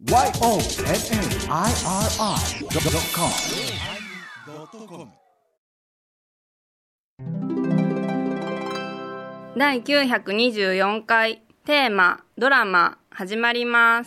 YONNIRI.com 第924回テーマドラマ始まります。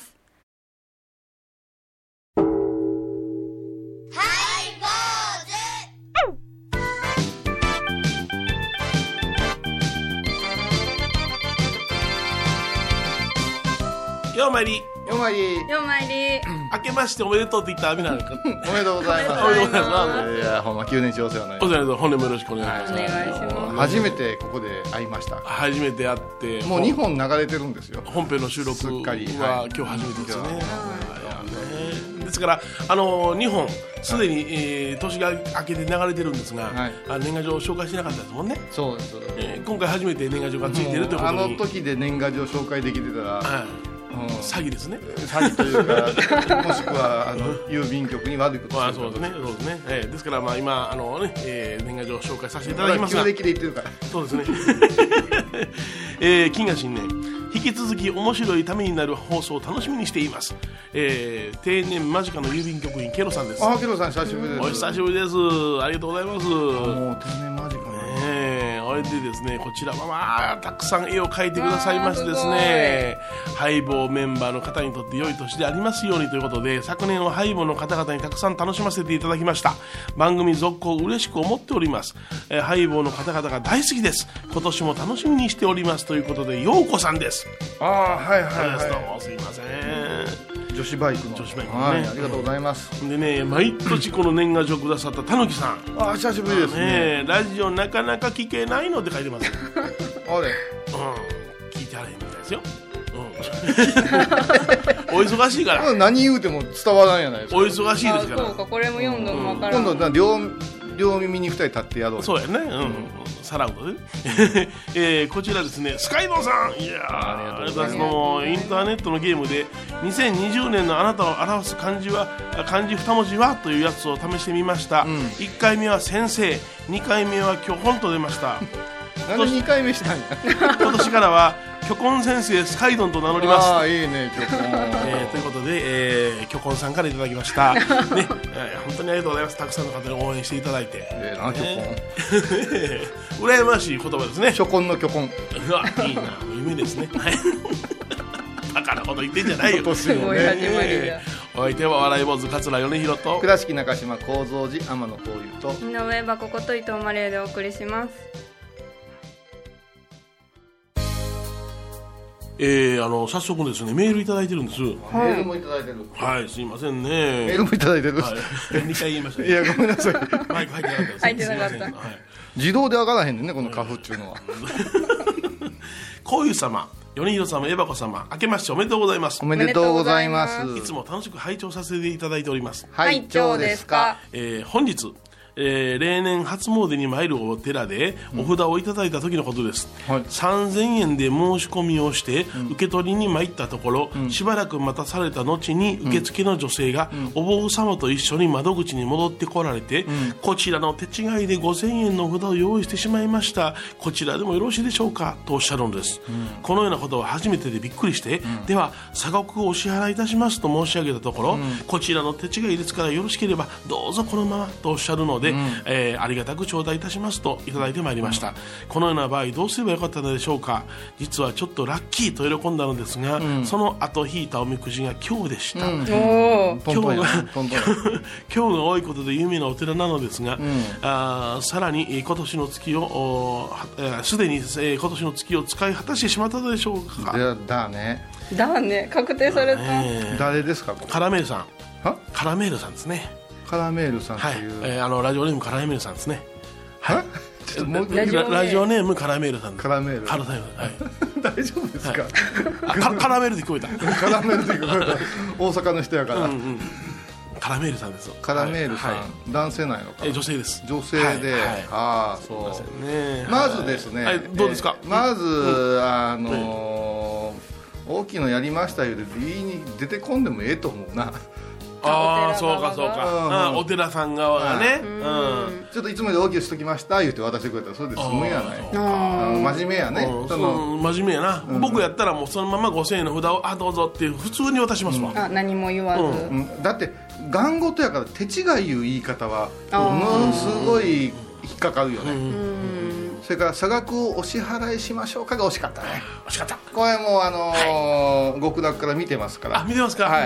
ようまいりようまいり明けましておめでとうって言ったらみなるかおめでとうございます。 おめでとうございます。 いやほんま9年中お世話になりおま世話になります。本年もよろしくお願いします。 お願いします。 初めてここで会いました。 初めて会ってもう2本流れてるんですよ。 本編の収録すっかりは今日初めてですね。ですから2本すでに、年が明けて流れてるんですが、年賀状を紹介してなかったですもんね。 そうです、 今回初めて年賀状がついてるということに。 あの時で年賀状紹介できてたら、 詐欺ですね。 詐欺というかもしくは郵便局に悪いことしてる。 そうですね、そうですね。ですから今年賀状を紹介させていただきますが、 旧暦で言ってるから。 そうですね。金河新年引き続き面白いためになる放送を楽しみにしています。定年間近の郵便局員ケロさんです。 ケロさん久しぶりです。 お久しぶりです。ありがとうございます。 もう定年間近おいでですね、こちらはたくさん絵を描いてくださいましてですね、ハイボーメンバーの方にとって良い年でありますようにということで、昨年はハイボーの方々にたくさん楽しませていただきました。番組続行嬉しく思っております。ハイボーの方々が大好きです。今年も楽しみにしておりますということで、ようこさんです。 はいはいどうもすいません。 女子バイクのね、 ありがとうございます。 でね、毎年この年賀状くださったたぬきさん、 久しぶりですね。 ラジオなかなか聞けないのって書いてます。 あれ、 聞いてあれへんみたいですよ。お忙しいから何言うても伝わらんやないですか。 お忙しいですから。 そうか、これも読んだの分からん。 今度両耳に2人立ってやろう。 そうやね、さらうとね。こちらですね、スカイドーさん、いやありがとうございます。インターネットのゲームで2020年のあなたを表す漢字2文字はというやつを試してみました。1回目は先生、2回目は巨本と出ました。 なんで2回目したんや。 今年からは巨根先生スカイドンと名乗ります。 いいね、巨根。 ということで、巨根さんからいただきました。ね、本当にありがとうございます。たくさんの方に応援していただいて。 巨根。 羨ましい言葉ですね。 巨根の巨根。 うわ、いいな、夢ですね。バカなこと言ってんじゃないよ。 すごい始まりだ。 お相手は笑い坊主桂米宏と倉敷中島幸三寺天野幸雄と井上箱こと伊藤マレーでお送りします。 早速ですね、メールいただいてるんです。 メールもいただいてる。 はい、すいませんね。 メールもいただいてる。 2回言いましたね。 いや、ごめんなさい。 マイク入ってなかったです。 入ってなかった。 自動で上がらへんねんね、この花粉っていうのは。 こういう様、米広様、エバコ様、明けましておめでとうございます。 おめでとうございます。 いつも楽しく拝聴させていただいております。 拝聴ですか。 本日、例年初詣に参るお寺でお札をいただいた時のことです。3000円で申し込みをして受け取りに参ったところ、しばらく待たされた後に受付の女性がお坊様と一緒に窓口に戻ってこられて、こちらの手違いで5000円の札を用意してしまいました、こちらでもよろしいでしょうかとおっしゃるのです。このようなことは初めてでびっくりして、では差額をお支払いいたしますと申し上げたところ、こちらの手違いですからよろしければどうぞこのままとおっしゃるので、ありがたく頂戴いたしますといただいてまいりました。このような場合どうすればよかったのでしょうか。実はちょっとラッキーと喜んだのですが、その後引いたおみくじが今日でした。今日が多いことで有名なお寺なのですが、さらに今年の月をすでに今年の月を使い果たしてしまったのでしょうか。 だね確定された。 誰ですか。 カラメールさん。カラメールさんですね。 カラメールさんという、 ラジオネームカラメールさんですね。 はい。 ラジオネームカラメールさんです。 カラメール。 はい。 大丈夫ですか。 カラメールで聞こえた。 カラメールで聞こえた。大阪の人やから。 カラメールさんです。 カラメールさん、男性なんやのか。 女性です。 女性で、そう。まずですね。 どうですか。 まず大きいのやりましたよで言いに出てこんでもええと思うな。 ああそうかそうか、お寺さん側がね、 ちょっといつもより大きくしときました言って渡してくれたらそれで済むやない。真面目やね。 真面目やな。僕やったらもうそのまま5000円の札をどうぞって普通に渡しますわ。 何も言わず。 だって願事やから手違いいう言い方はものすごい引っかかるよね。それから差額をお支払いしましょうかが惜しかったね。 惜しかった。 これも極楽から見てますから。 見てますか。 はい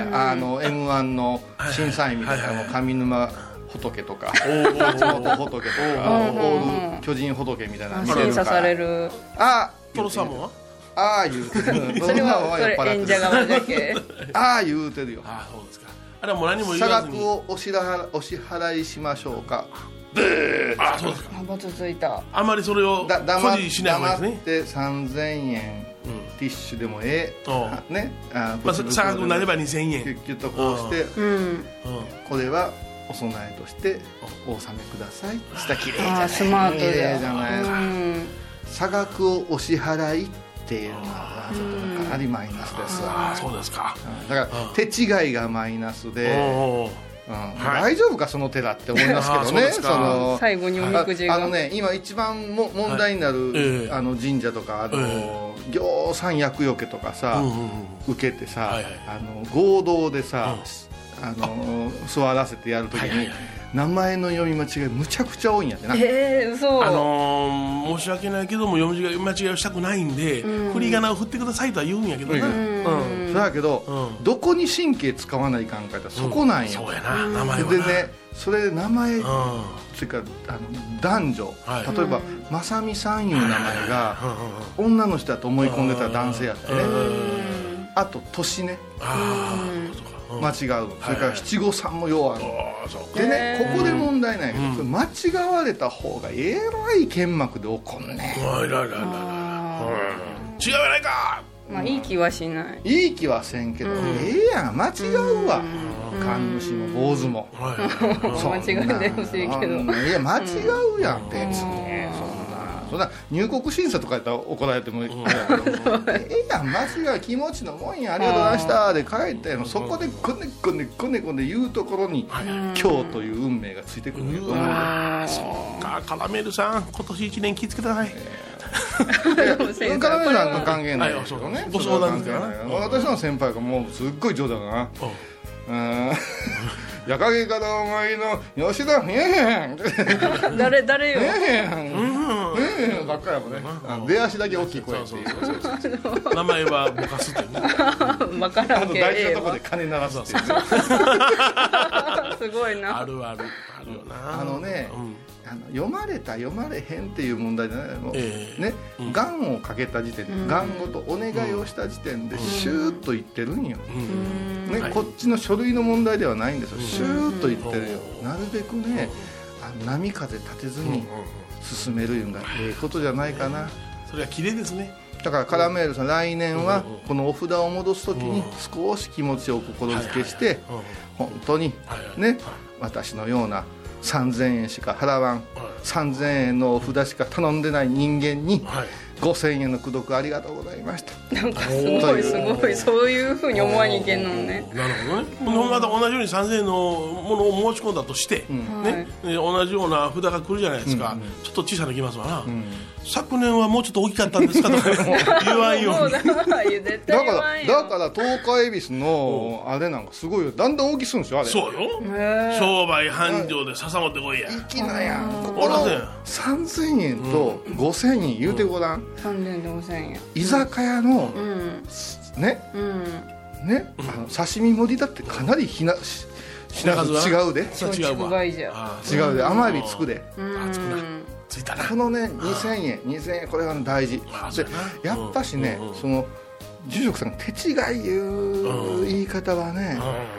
。M1 の審査員みたいな上沼仏とか松本仏とかオール巨人仏みたいな審査される。 トロサーモンは言うてる。 それは演者側だけ。 言うてるよ。 そうですか。あれはもう何も言差わずに。 額をお支払いしましょうか。 そうですか。 バツついた。 あまりそれを誇示しない方がいいですね。 黙って3000円ティッシュでもね。 差額になれば2000円。 キュッキュッとこうしてこれはお供えとしてお納めください。したきれいじゃない。 スマートじゃない差額をお支払いっていうのはちょっとかなりマイナスですわ。 そうですか。 だから手違いがマイナスで大丈夫かその手だって思いますけどね。 最後におみくじが今一番問題になる神社とか行参厄除けとかさ受けてさ合同でさ座らせてやるときに名前の読み間違いむちゃくちゃ多いんやってな。 嘘。 申し訳ないけども読み間違いをしたくないんで振り仮名を振ってくださいとは言うんやけどな。 そうだけどどこに神経使わないかんかったらそこなんや。 そうやな名前はな。 でねそれで名前それから男女例えば正美さんいう名前が女の人だと思い込んでたら男性やったね。あと年ね間違う。それから七五三もようある。でねここで問題ないけど間違われた方がえらい剣幕で怒んね。 違うやないか。 いい気はしない。 いい気はせんけどやん間違うわ。神主も坊主も間違えてほしいけど。 いや間違うやん別に。そんな入国審査とかやったら怒られてもいいやん間違い気持ちのもんやありがとうございましたで帰ってそこでこねこね言うところに今日という運命がついてくるよ。 そうかカラメルさん今年1年気をつけてください。 カラメルさんの関係ないですけどね。 ご相談ですからね。 私の先輩がもうすっごい上手だな。矢影からお前の吉田誰よばっかりやもんね。出足だけ大きい声っていう名前はぼかすっていうね。 分からんけど大事なとこで鐘鳴らすっていうすごいな。 あるよな。 読まれた読まれへんっていう問題じゃないのね。願をかけた時点で願事お願いをした時点でシューッと言ってるんよ。こっちの書類の問題ではないんですよ。シューッと言ってるよ。なるべくね波風立てずに進めるいうのがことじゃないかな。 それは綺麗ですね。 だからカラメールさん来年はこのお札を戻すときに少し気持ちを心づけして本当にね私のような3000円しか払わん3000円のお札しか頼んでない人間に5000円の功徳ありがとうございました。 なんかすごいそういうふうに思わにいけんのね。 なるほどね。また同じように3000円のものを申し込んだとして同じような札が来るじゃないですか。ちょっと小さなきますわな。昨年はもうちょっと大きかったんですかとか言わんように。 だから東海恵比寿のあれなんかすごいよ。だんだん大きするんですよあれ。 そうよ。商売繁盛で笹持ってこいや。 いきなやん。ここの3000円と5000円言うてごらん。 3000円で5000円。 居酒屋のね刺身盛りだってかなり品数違うで。 違うわ。 違うで甘エビつくで。 ついたな。 このね2000円これが大事でやっぱしねその住職さんが手違いいう言い方はね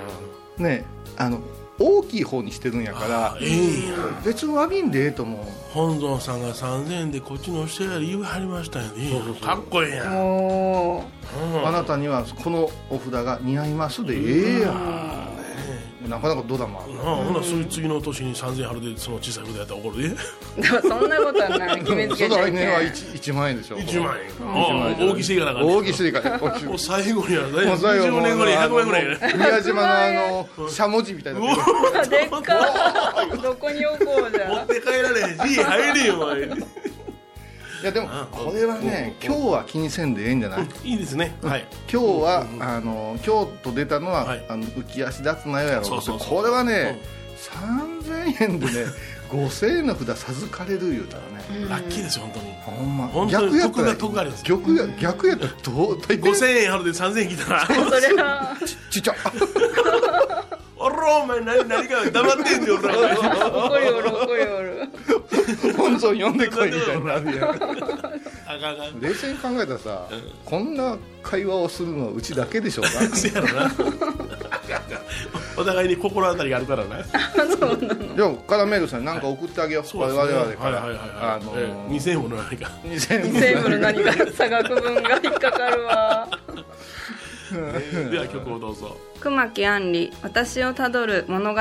大きい方にしてるんやから別に詫びんでええと思う。 本尊さんが3000円でこっちのしてやり言いはりましたよね。かっこええやん。 あなたにはこのお札が似合いますでええやん。 なかなかドラマほなそういう次の年に3000円払ってその小さいことやったら怒るで。 でもそんなことはない。決めつけちゃいけない。 来年は 1万円でしょ。 1万円か。大きすぎかなか大きすぎかね。 もう最後には 20 年後に100万ぐらいね。 宮島のしゃもじみたいな。 でっかい。どこに置こうじゃん。 持って帰られへんし入れよお前。 いやでもこれはね、今日は気にせんでええんじゃない？ いいですね。はい。 今日は京都出たのは浮き足立つなよやろ。これはね3000円でね5000円の札授かれる言うたらね。 ラッキーですよ本当に。 ほんま。 逆やったら得があります。 逆やったらどう ？5000円払って3000円来たら。 それはちっちゃ。 おらお前何か黙ってんねん俺ら。 怒りおる。 本尊呼んでこいみたいになるやん。 あかん。 冷静に考えたらさ、こんな会話をするのはうちだけでしょうか。 せやろな。お互いに心当たりがあるからな。 そうなの。 じゃあカラメルさんに何か送ってあげよう。我々から 2000円もの何か。 2000円もの何か差額分が引っかかるわ。 では曲をどうぞ。 熊木杏里、私をたどる物語。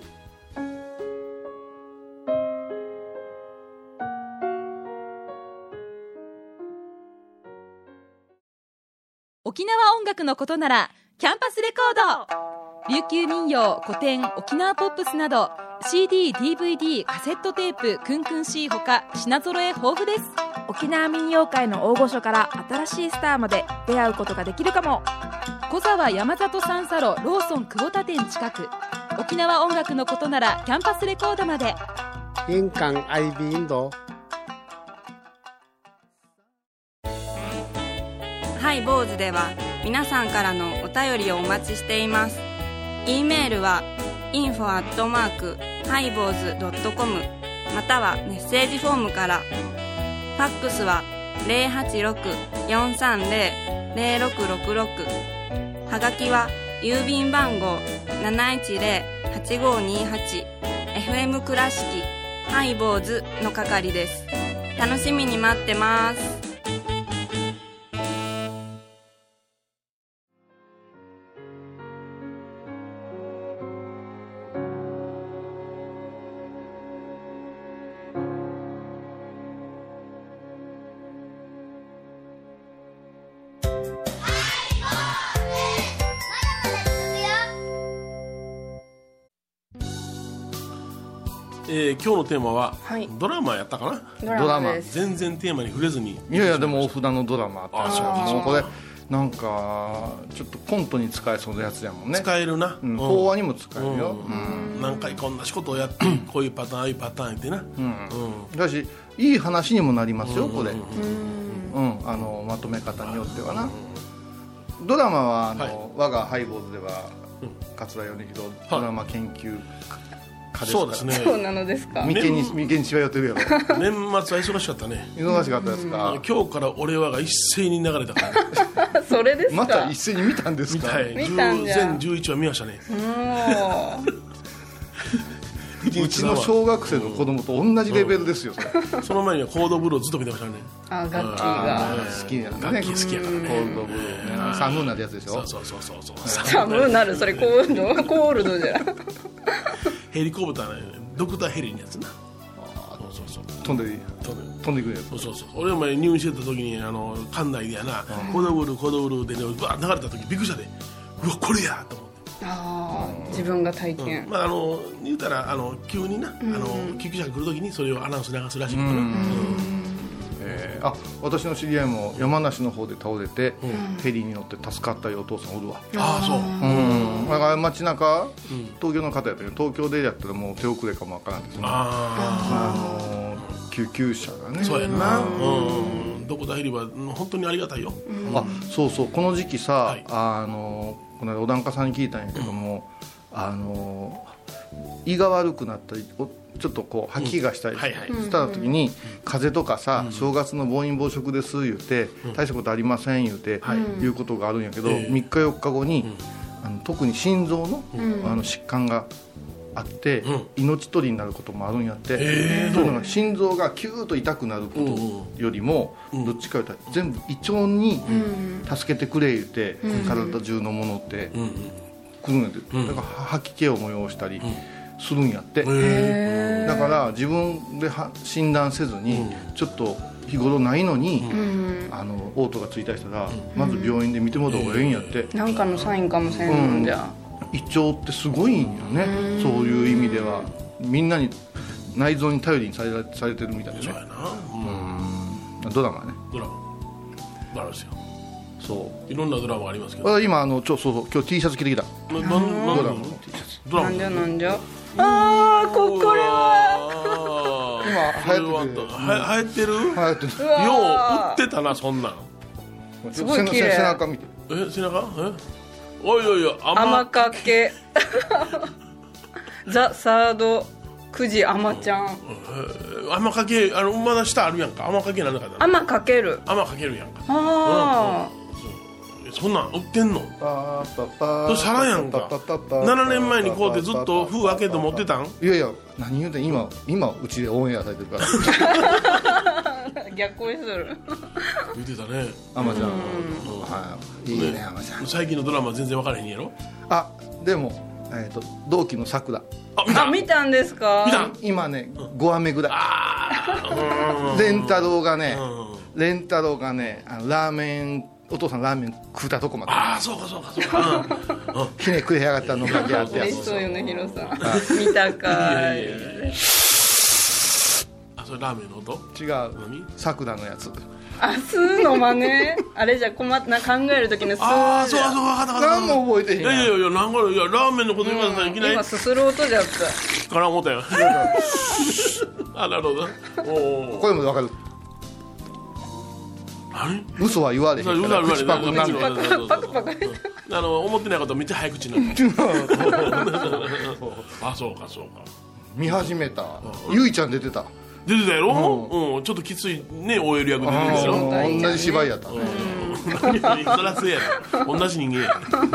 沖縄音楽のことならキャンパスレコード。琉球民謡、古典、沖縄ポップスなど CD、DVD、カセットテープ、クンクン C ほか品揃え豊富です。 沖縄民謡界の大御所から新しいスターまで出会うことができるかも。 小沢山里三佐路ローソン久保田店近く。沖縄音楽のことならキャンパスレコードまで。 印港 IB 印度。 ハイボーズでは皆さんからのお便りをお待ちしています。 E メールは info@highboz.com またはメッセージフォームから。ファックスは 086-430-0666。はがきは郵便番号 710-8528 FM 倉敷ハイボーズの係です。楽しみに待ってます。 今日のテーマは、 はい、 ドラマやったかな。 ドラマです。 全然テーマに触れずに。 いやでもお札のドラマってもうこれなんかちょっとコントに使えそうなやつやもんね。 使えるな、 法話にも使えるよ、 何回こんな仕事をやってこういうパターンああいうパターンってな、 だしいい話にもなりますよこれ、まとめ方によってはな。ドラマは我がハイボーズでは桂米広ドラマ研究そうですね。 そうなのですか。 眉間にしわ寄ってるやろ。 年末は忙しかったね。 忙しかったですか。 今日から俺はが一斉に流れたからそれですか。 また一斉に見たんですか。 見たんじゃ。 全11話見ましたね。 うちの小学生の子供と同じレベルですよ。 その前にはコードブルーずっと見てましたね。 楽器が好きなんだね。 楽器好きやからね。 コールドブルー、サムーナってやつでしょ。 そうサムーナる、それコールドじゃん。 ヘリコプターね、ドクターヘリのやつな。 飛んでいくやつ。 そう俺前入院してた時に館内でやな、コードブルーでねバー流れた時びっくりしたで、うわこれやと思って。 自分が体験、 言うたら急にな救急車が来る時にそれをアナウンス流すらしいからな。 私の知り合いも山梨の方で倒れて、ヘリに乗って助かったよお父さんおるわ。 そう。 だから街中、東京の方やったけど東京でやったらもう手遅れかもわからんですね。救急車がね。 そうやな。どこだヘリは本当にありがたいよ。 そうこの時期さ、この間お檀家さんに聞いたんやけども、胃が悪くなったりちょっとこう吐き気がしたりした時に、風邪とかさ、正月の暴飲暴食です言うて、大したことありません言うて、いうことがあるんやけど、3日4日後に特に心臓の疾患があって、命取りになることもあるんやって。心臓がキューッと痛くなることよりも、どっちかというと全部胃腸に助けてくれ言うて、体中のものって来るんやって、だから吐き気を催したりするんやって、だから自分で診断せずに、ちょっと日頃ないのに、嘔吐がついたりしたら、まず病院で見てもらった方がいいんやって、 なんかのサインかもしれんのじゃ、 胃腸ってすごいんよね、そういう意味ではみんなに内臓に頼りにされてるみたいでね。 そうやな、 ドラマね、 ドラマですよ。 そういろんなドラマがありますけど、 今そう今日 T シャツ着てきた。ドラマの T シャツ。 なんじゃこれは今流行ってる。 よう売ってたな、そんなん。 すごい綺麗。 背中見て。 背中？おいおいおい、 甘かけザ・サード9時甘ちゃん。 甘かけ、馬の下あるやんか。甘かけなんだかな。 甘かける。 甘かけるやんか。そんなん売ってんの？それ皿やんか。7年前にこうでずっと封開けて持ってたん？ いやいや、何言うてん、今うちでオンエアされてるから逆行する。 言ってたね、 甘ちゃん。いいね、甘ちゃん。 最近のドラマ全然分からへんやろ。 でも同期のさくら見たんですか？ 今ね5話目ぐらい。レンタロウがねラーメン、お父さんラーメン食うたとこまで。 そうかひねくれやがったのがやってやつ。 嬉しそうよね、ヒロさん。見たかい。 それラーメンの音？ 違う、さくらのやつ。 スーの真似。あれじゃ考える時のスー。 そう分かった。 何も覚えてへんやん。 いやなんかラーメンのこと言われたらいきなり今すする音じゃった。 から思ったよ。なるほど。 これも分かる。嘘は言われへんから口パクなんで。 パクパク。 思ってないことめっちゃ早口になる。そうか。 見始めた。ゆいちゃん出てたやろ。ちょっときついね、OL 役で出てたよ。 同じ芝居やったね。 そりゃそうやろ、同じ人間や。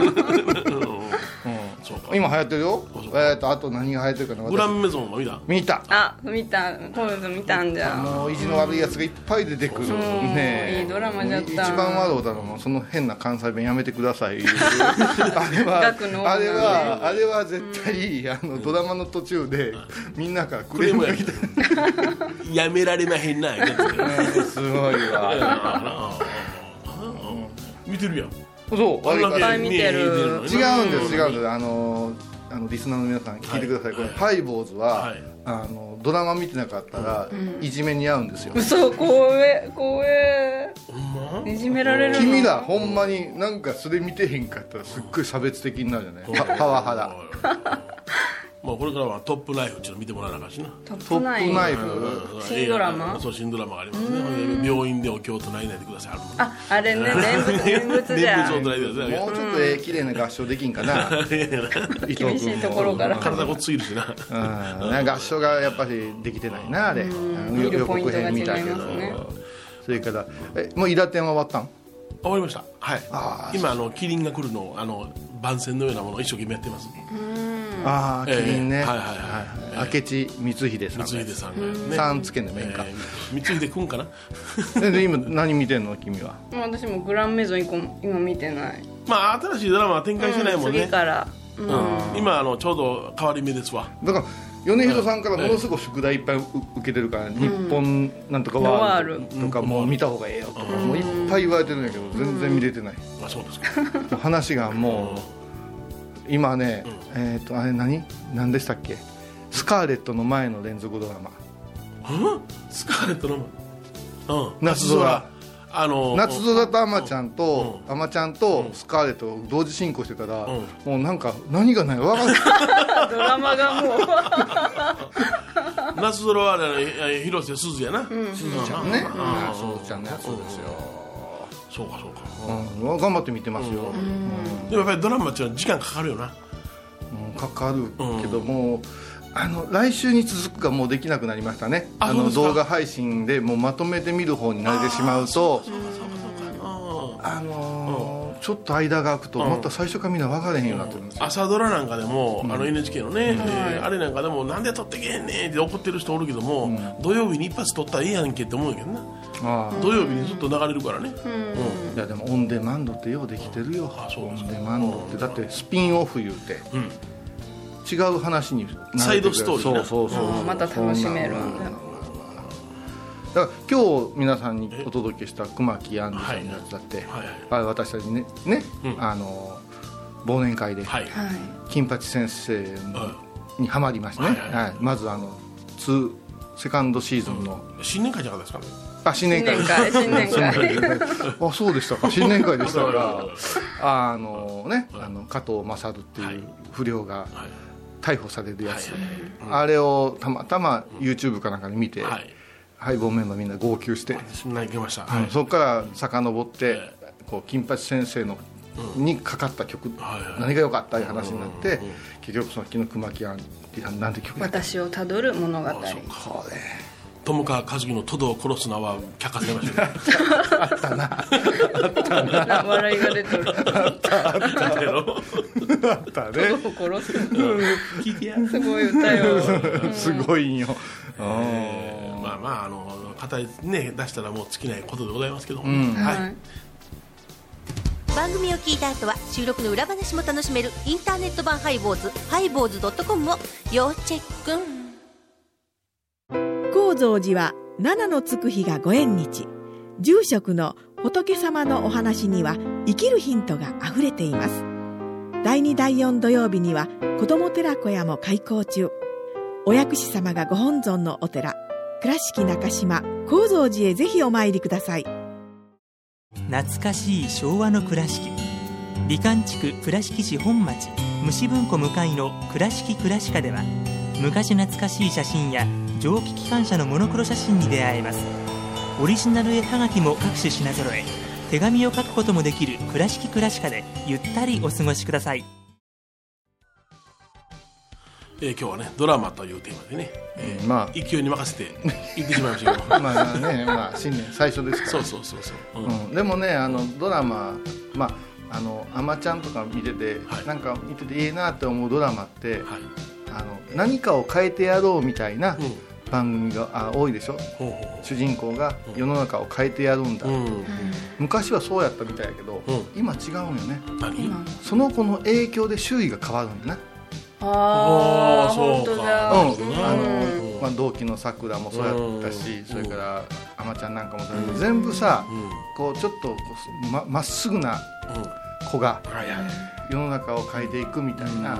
今流行ってるよ。あと何が流行ってるかな。 グランメゾンは見た？ 見た。今度見たんじゃ。 意地の悪いやつがいっぱい出てくるね。 いいドラマじゃった。 一番悪うだのその変な関西弁やめてください。あれは絶対ドラマの途中でみんなからクレームが来た。 やめられまへんな。 すごいわ。 見てるやん。 そう、 いっぱい見てる。 違うんです。リスナーの皆さん聞いてください。これハイボーズはドラマ見てなかったらいじめに遭うんですよ。 嘘、怖え。いじめられるの？ 君らほんまになんかそれ見てへんかったらすっごい差別的になるじゃない。パワハラ。 これからはトップナイフっていうの見てもらわなあかんしな。 トップナイフ。新ドラマ？ そう、新ドラマがありますね。病院でお経を唱えないでください。 あれね、念仏じゃ。 念仏を唱えてください。 もうちょっと綺麗な合唱できんかな。 厳しいところから。 体ごっついるしな。 合唱がやっぱりできてないな、あれ。予告編見たけど。それからもう伊達天は終わったん？ 終わりました。はい。今キリンが来るの番宣のようなものを一生懸命やってます。 キリンね。明智光秀さん。 光秀さんがね。 さんつけんでもいいか。 光秀くんかな。 今何見てんの君は？ 私もグランメゾン今見てない。 新しいドラマは展開してないもんね。 次から。 今ちょうど変わり目ですわ。 だから米広さんからものすごい宿題いっぱい受けてるから、日本なんとかワールドとかもう見た方がええよとかもういっぱい言われてるんやけど全然見れてない。 そうですか。 話がもう今ね、あれ何でしたっけ？スカーレットの前の連続ドラマ。 スカーレットの夏空。夏空とアマちゃんとスカーレット同時進行してたら、もうなんか何がない分かんない。 ドラマがもう夏空は広瀬すずやな。 すずちゃんね。すずちゃんのやつですよ。 そうか。 頑張って見てますよ。 でもやっぱりドラマっていうのは時間かかるよな。 かかるけども来週に続くがもうできなくなりましたね。動画配信でもうまとめて見る方に慣れてしまうと、ちょっと間が空くとまた最初からみんな分からへんようになってるんですよ。 朝ドラなんかでもNHK のね、あれなんかでもなんで撮ってけへんねんって怒ってる人おるけども、土曜日に一発撮ったらええやんけって思うんやけどな。 土曜日にずっと流れるからね。 いやでもオンデマンドってようできてるよ。オンデマンドってだってスピンオフ言うて、違う話になるサイドストーリーな。 そうまた楽しめるんだ。 だから今日皆さんにお届けした熊木杏里さんのやつだって、私たちね、忘年会で金八先生にハマりましてね、まずセカンドシーズンの新年会じゃなかったですかね。 新年会あ、そうでしたか。新年会でしたが加藤勝っていう不良が逮捕されるやつ、あれをたまたま YouTube かなんかで見て、ハイボーメンバーみんな号泣して、そこから遡って金八先生のにかかった曲、何が良かったいう話になって、結局その昨日熊木杏里さんなんて曲やった？ 私をたどる物語。 友川一樹のトドを殺す名は却下されましたね。 あったな笑いが出てる。 あったね。 トドを殺す。 聞いてや。 すごい歌よ。 すごいんよ。 まあ語りね出したらもう尽きないことでございますけど。 番組を聞いた後は収録の裏話も楽しめるインターネット版ハイボーズ、ハイボーズ.com を要チェック。 高蔵寺は七のつく日がご縁日。住職の仏様のお話には生きるヒントがあふれています。第2第4土曜日には子ども寺小屋も開校中。お薬師様がご本尊のお寺、倉敷中島・高蔵寺へぜひお参りください。 懐かしい昭和の倉敷。美観地区倉敷市本町虫文庫向かいの倉敷倉歯科では、昔懐かしい写真や蒸気機関車のモノクロ写真に出会えます。オリジナル絵はがきも各種品揃え、手紙を書くこともできる倉敷倉歯科でゆったりお過ごしください。 今日はねドラマというテーマでね、勢いに任せて言ってしまいましたけど新年最初ですから。 そう、 でもねドラマあまちゃんとか見てて、なんか見てていいなって思うドラマって、何かを変えてやろうみたいな番組が多いでしょ。主人公が世の中を変えてやるんだ、昔はそうやったみたいやけど、今違うんよね。その子の影響で周囲が変わるんだな。 本当だ。 同期のさくらもそうやったし、それからあまちゃんなんかもそうやけど、全部さこうちょっとまっすぐな子が世の中を変えていくみたいな。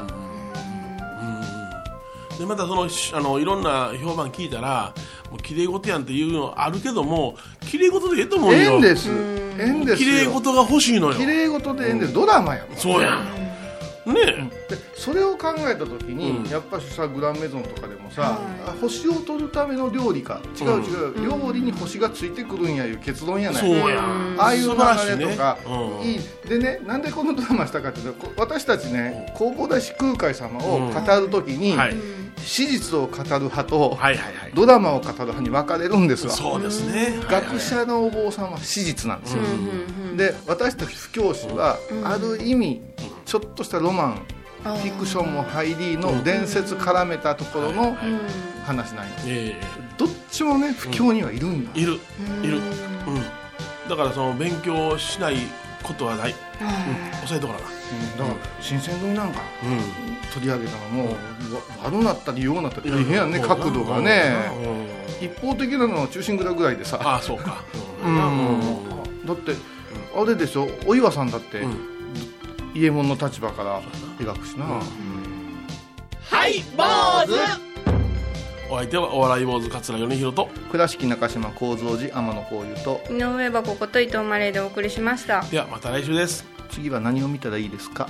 でまたそのいろんな評判聞いたら、もう綺麗事やんっていうのあるけども、綺麗事でええと思うよ。 ええんですよ。 綺麗事が欲しいのよ。 綺麗事でええんで、ドラマやもん。 そうやんね。 でそれを考えた時に、やっぱりさグランメゾンとかでもさ、星を取るための料理か、違う、料理に星がついてくるんやいう結論やない。 そうやああいう流れとか、いいでね。なんでこのドラマしたかっていうと、私たちね弘法大師空海様を語る時に、史実を語る派とドラマを語る派に分かれるんですわ。 そうですね。 学者のお坊さんは史実なんですよ。で私たち布教師はある意味ちょっとしたロマン、フィクションも入りの伝説絡めたところの話なんです。どっちもね布教にはいるんだ。 いる。だからその勉強しないことはない。抑えとかな。だから新選組なんか取り上げたのも悪なったりようなったり大変やね。角度がね一方的なのは忠臣蔵ぐらいでさ。 ああそうか。 だってあれでしょ、お岩さんだって伊右衛門の立場から描くしな。 ハイボーズ。 お相手はお笑い坊主桂米宏と倉敷中島高蔵寺天野幸雄と井上箱こと伊藤マレーでお送りしました。 ではまた来週です。 次は何を見たらいいですか。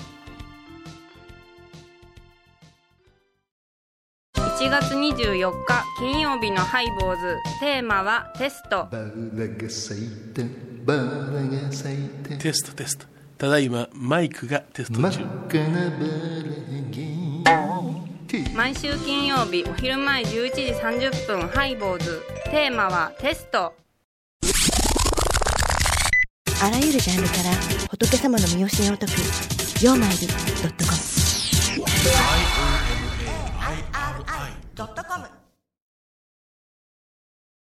1月24日金曜日のハイボーズ、テーマはテスト。 テスト。ただいまマイクがテスト中。 毎週金曜日お昼前11時30分ハイボーズ、テーマはテスト。 あらゆるジャンルから仏様の身教えを解く曜マイル.com